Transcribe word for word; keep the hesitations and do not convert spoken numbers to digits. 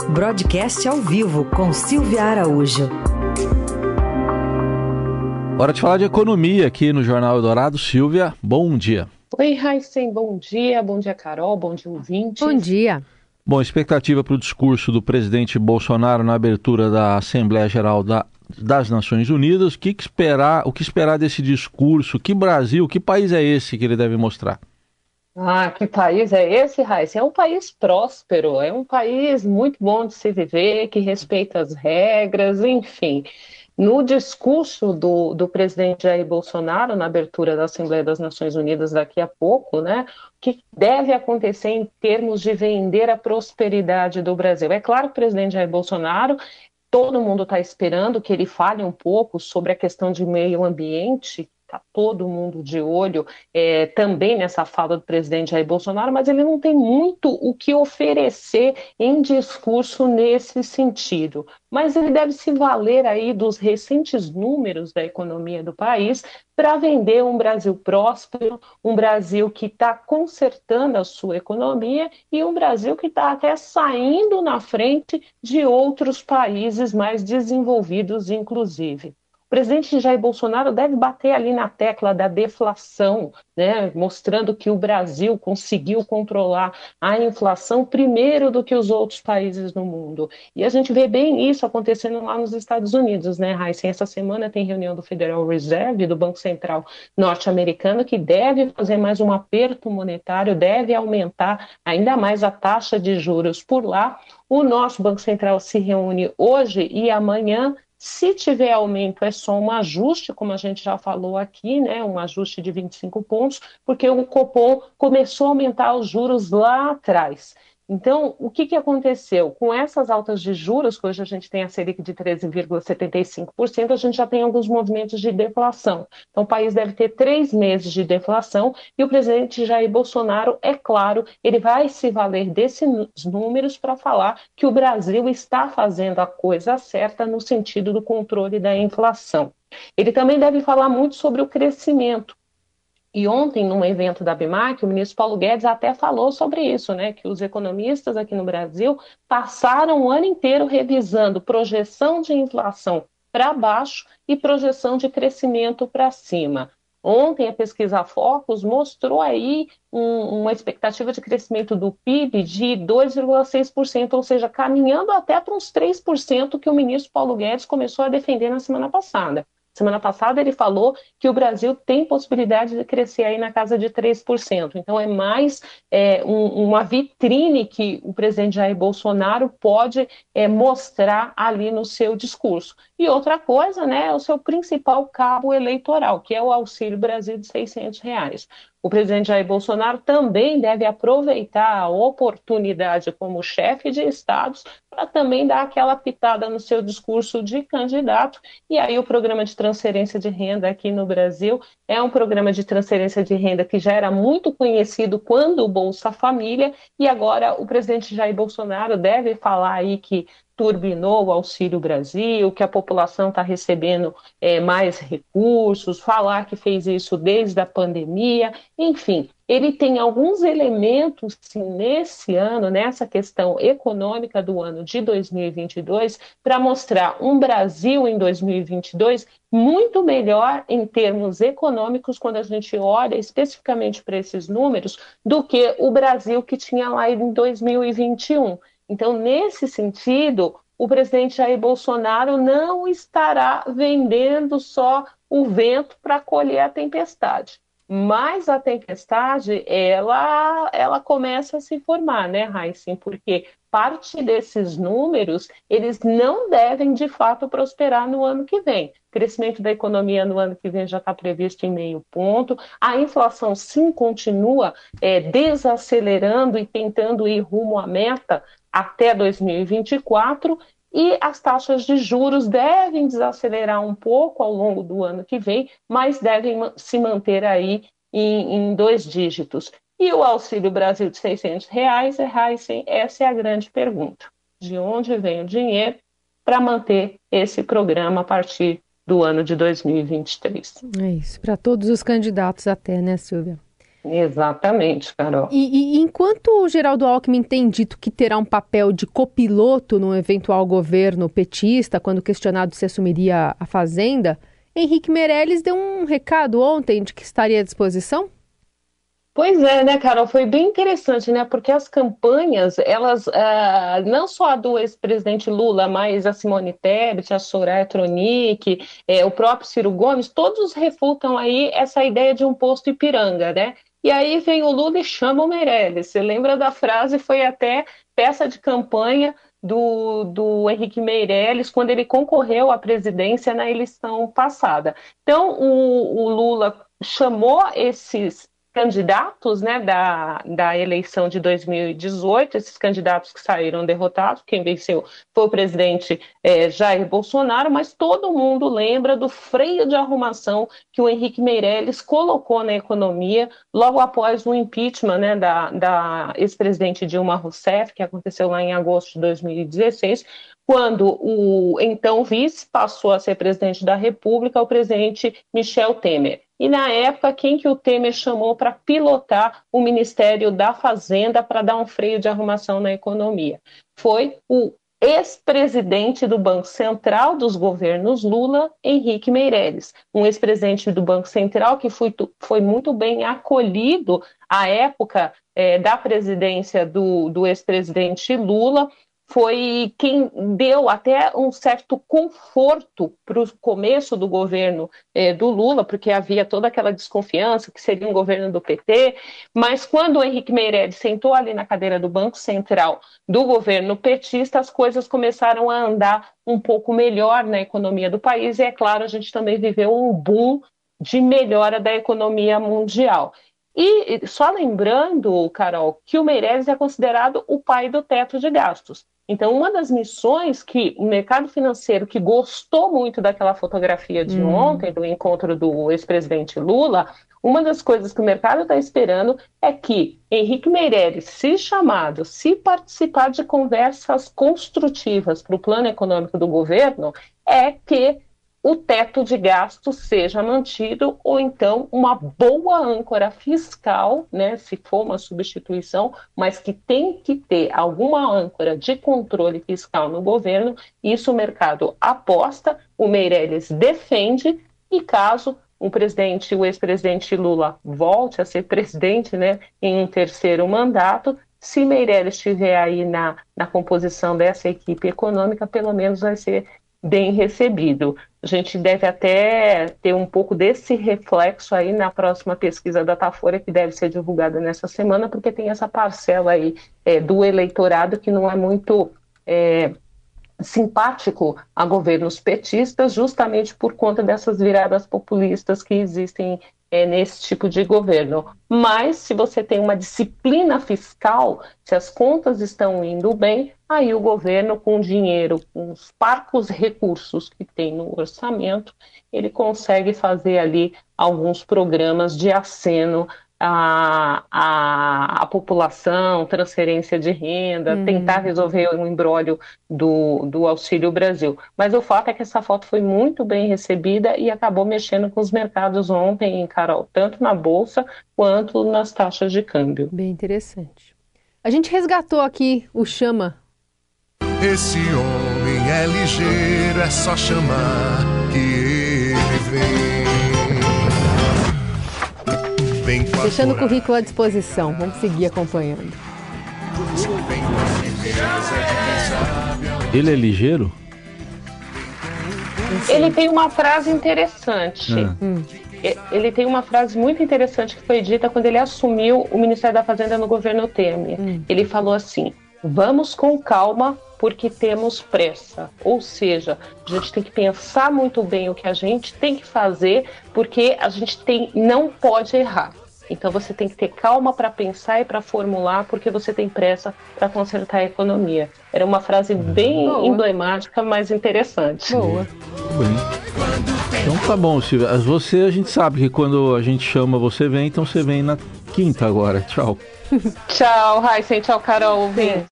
Broadcast ao vivo com Silvia Araújo. Hora de falar de economia aqui no Jornal Eldorado. Silvia, bom dia. Oi, Raíssen, bom dia. Bom dia, Carol. Bom dia, ouvintes. Bom dia. Bom, expectativa para o discurso do presidente Bolsonaro na abertura da Assembleia Geral da, das Nações Unidas. O que, que esperar, o que esperar desse discurso? Que Brasil, que país é esse que ele deve mostrar? Ah, que país é esse, Raíssa? É um país próspero, é um país muito bom de se viver, que respeita as regras, enfim. No discurso do, do presidente Jair Bolsonaro, na abertura da Assembleia das Nações Unidas daqui a pouco, né, o que deve acontecer em termos de vender a prosperidade do Brasil? É claro que o presidente Jair Bolsonaro, todo mundo está esperando que ele fale um pouco sobre a questão de meio ambiente. Está todo mundo de olho é, também nessa fala do presidente Jair Bolsonaro, mas ele não tem muito o que oferecer em discurso nesse sentido. Mas ele deve se valer aí dos recentes números da economia do país para vender um Brasil próspero, um Brasil que está consertando a sua economia e um Brasil que está até saindo na frente de outros países mais desenvolvidos, inclusive. O presidente Jair Bolsonaro deve bater ali na tecla da deflação, né, mostrando que o Brasil conseguiu controlar a inflação primeiro do que os outros países no mundo. E a gente vê bem isso acontecendo lá nos Estados Unidos, né, Raíssa? Essa semana tem reunião do Federal Reserve, do Banco Central norte-americano, que deve fazer mais um aperto monetário, deve aumentar ainda mais a taxa de juros por lá. O nosso Banco Central se reúne hoje e amanhã. Se tiver aumento, é só um ajuste, como a gente já falou aqui, né, um ajuste de vinte e cinco pontos, porque o Copom começou a aumentar os juros lá atrás. Então, o que, que aconteceu? Com essas altas de juros, que hoje a gente tem a Selic de treze vírgula setenta e cinco por cento, a gente já tem alguns movimentos de deflação. Então, o país deve ter três meses de deflação e o presidente Jair Bolsonaro, é claro, ele vai se valer desses números para falar que o Brasil está fazendo a coisa certa no sentido do controle da inflação. Ele também deve falar muito sobre o crescimento. E ontem, num evento da ABIMAQ, o ministro Paulo Guedes até falou sobre isso, né? Que os economistas aqui no Brasil passaram o ano inteiro revisando projeção de inflação para baixo e projeção de crescimento para cima. Ontem, a pesquisa Focus mostrou aí um, uma expectativa de crescimento do P I B de dois vírgula seis por cento, ou seja, caminhando até para uns três por cento que o ministro Paulo Guedes começou a defender na semana passada. Semana passada ele falou que o Brasil tem possibilidade de crescer aí na casa de três por cento. Então é mais é, um, uma vitrine que o presidente Jair Bolsonaro pode é, mostrar ali no seu discurso. E outra coisa, né, é o seu principal cabo eleitoral, que é o Auxílio Brasil de seiscentos reais. O presidente Jair Bolsonaro também deve aproveitar a oportunidade como chefe de estados para também dar aquela pitada no seu discurso de candidato. E aí o programa de transferência de renda aqui no Brasil é um programa de transferência de renda que já era muito conhecido quando o Bolsa Família, e agora o presidente Jair Bolsonaro deve falar aí que turbinou o Auxílio Brasil, que a população está recebendo é, mais recursos, falar que fez isso desde a pandemia, enfim, ele tem alguns elementos sim, nesse ano, nessa questão econômica do ano de dois mil e vinte e dois, para mostrar um Brasil em dois mil e vinte e dois muito melhor em termos econômicos, quando a gente olha especificamente para esses números, do que o Brasil que tinha lá em dois mil e vinte e um. Então, nesse sentido, o presidente Jair Bolsonaro não estará vendendo só o vento para colher a tempestade. Mas a tempestade, ela, ela começa a se formar, né, Raíssa? Porque parte desses números, eles não devem, de fato, prosperar no ano que vem. O crescimento da economia no ano que vem já está previsto em meio ponto. A inflação, sim, continua é, desacelerando e tentando ir rumo à meta até dois mil e vinte e quatro, e as taxas de juros devem desacelerar um pouco ao longo do ano que vem, mas devem se manter aí em, em dois dígitos. E o Auxílio Brasil de seiscentos reais, essa é a grande pergunta. De onde vem o dinheiro para manter esse programa a partir do ano de dois mil e vinte e três? É isso, para todos os candidatos até, né, Silvia? Exatamente, Carol. E, e enquanto o Geraldo Alckmin tem dito que terá um papel de copiloto no eventual governo petista, quando questionado se assumiria a Fazenda, Henrique Meirelles deu um recado ontem de que estaria à disposição? Pois é, né, Carol? Foi bem interessante, né? Porque as campanhas, elas, ah, não só a do ex-presidente Lula, mas a Simone Tebet, a Soraya Tronic, eh, o próprio Ciro Gomes, todos refutam aí essa ideia de um posto Ipiranga, né? E aí vem o Lula e chama o Meirelles. Você lembra da frase? Foi até peça de campanha do, do Henrique Meirelles quando ele concorreu à presidência na eleição passada. Então, o, o Lula chamou esses candidatos, né, da, da eleição de dois mil e dezoito, esses candidatos que saíram derrotados, quem venceu foi o presidente eh, Jair Bolsonaro, mas todo mundo lembra do freio de arrumação que o Henrique Meirelles colocou na economia logo após o impeachment, né, da, da ex-presidente Dilma Rousseff, que aconteceu lá em agosto de dois mil e dezesseis, quando o então vice passou a ser presidente da República, o presidente Michel Temer. E na época, quem que o Temer chamou para pilotar o Ministério da Fazenda para dar um freio de arrumação na economia? Foi o ex-presidente do Banco Central dos governos Lula, Henrique Meirelles. Um ex-presidente do Banco Central que foi, foi muito bem acolhido à época é, da presidência do, do ex-presidente Lula. Foi quem deu até um certo conforto para o começo do governo eh, do Lula, porque havia toda aquela desconfiança que seria um governo do P T, mas quando o Henrique Meirelles sentou ali na cadeira do Banco Central do governo petista, as coisas começaram a andar um pouco melhor na economia do país, e é claro, a gente também viveu um boom de melhora da economia mundial. E só lembrando, Carol, que o Meirelles é considerado o pai do teto de gastos. Então, uma das missões que o mercado financeiro, que gostou muito daquela fotografia de hum. ontem, do encontro do ex-presidente Lula, uma das coisas que o mercado está esperando é que Henrique Meirelles, se chamado, se participar de conversas construtivas para o plano econômico do governo, é que o teto de gastos seja mantido, ou então uma boa âncora fiscal, né, se for uma substituição, mas que tem que ter alguma âncora de controle fiscal no governo. Isso o mercado aposta, o Meirelles defende, e caso o presidente, o ex-presidente Lula volte a ser presidente, né, em um terceiro mandato, se Meirelles estiver aí na, na composição dessa equipe econômica, pelo menos vai ser bem recebido. A gente deve até ter um pouco desse reflexo aí na próxima pesquisa da Datafolha, que deve ser divulgada nessa semana, porque tem essa parcela aí é, do eleitorado que não é muito é, simpático a governos petistas, justamente por conta dessas viradas populistas que existem é, nesse tipo de governo. Mas se você tem uma disciplina fiscal, se as contas estão indo bem, aí o governo, com dinheiro, com os parcos recursos que tem no orçamento, ele consegue fazer ali alguns programas de aceno à, à, à população, transferência de renda, hum. tentar resolver o imbróglio do, do Auxílio Brasil. Mas o fato é que essa foto foi muito bem recebida e acabou mexendo com os mercados ontem, Carol, tanto na Bolsa quanto nas taxas de câmbio. Bem interessante. A gente resgatou aqui o Chama. Esse homem é ligeiro, é só chamar que ele vem. Vem com Deixando o currículo à disposição, vamos seguir acompanhando. Ele é ligeiro? Ele tem uma frase interessante. Ah. Hum. Ele tem uma frase muito interessante que foi dita quando ele assumiu o Ministério da Fazenda no governo Temer. Hum. Ele falou assim: vamos com calma porque temos pressa. Ou seja, a gente tem que pensar muito bem o que a gente tem que fazer, porque a gente tem, não pode errar. Então você tem que ter calma para pensar e para formular, porque você tem pressa para consertar a economia. Era uma frase bem Boa. emblemática, mas interessante. Boa. Bem. Então tá bom, Silvia. Você, a gente sabe que quando a gente chama você vem, então você vem na quinta agora. Tchau. Tchau, Raíssa. Tchau, Carol. Vem.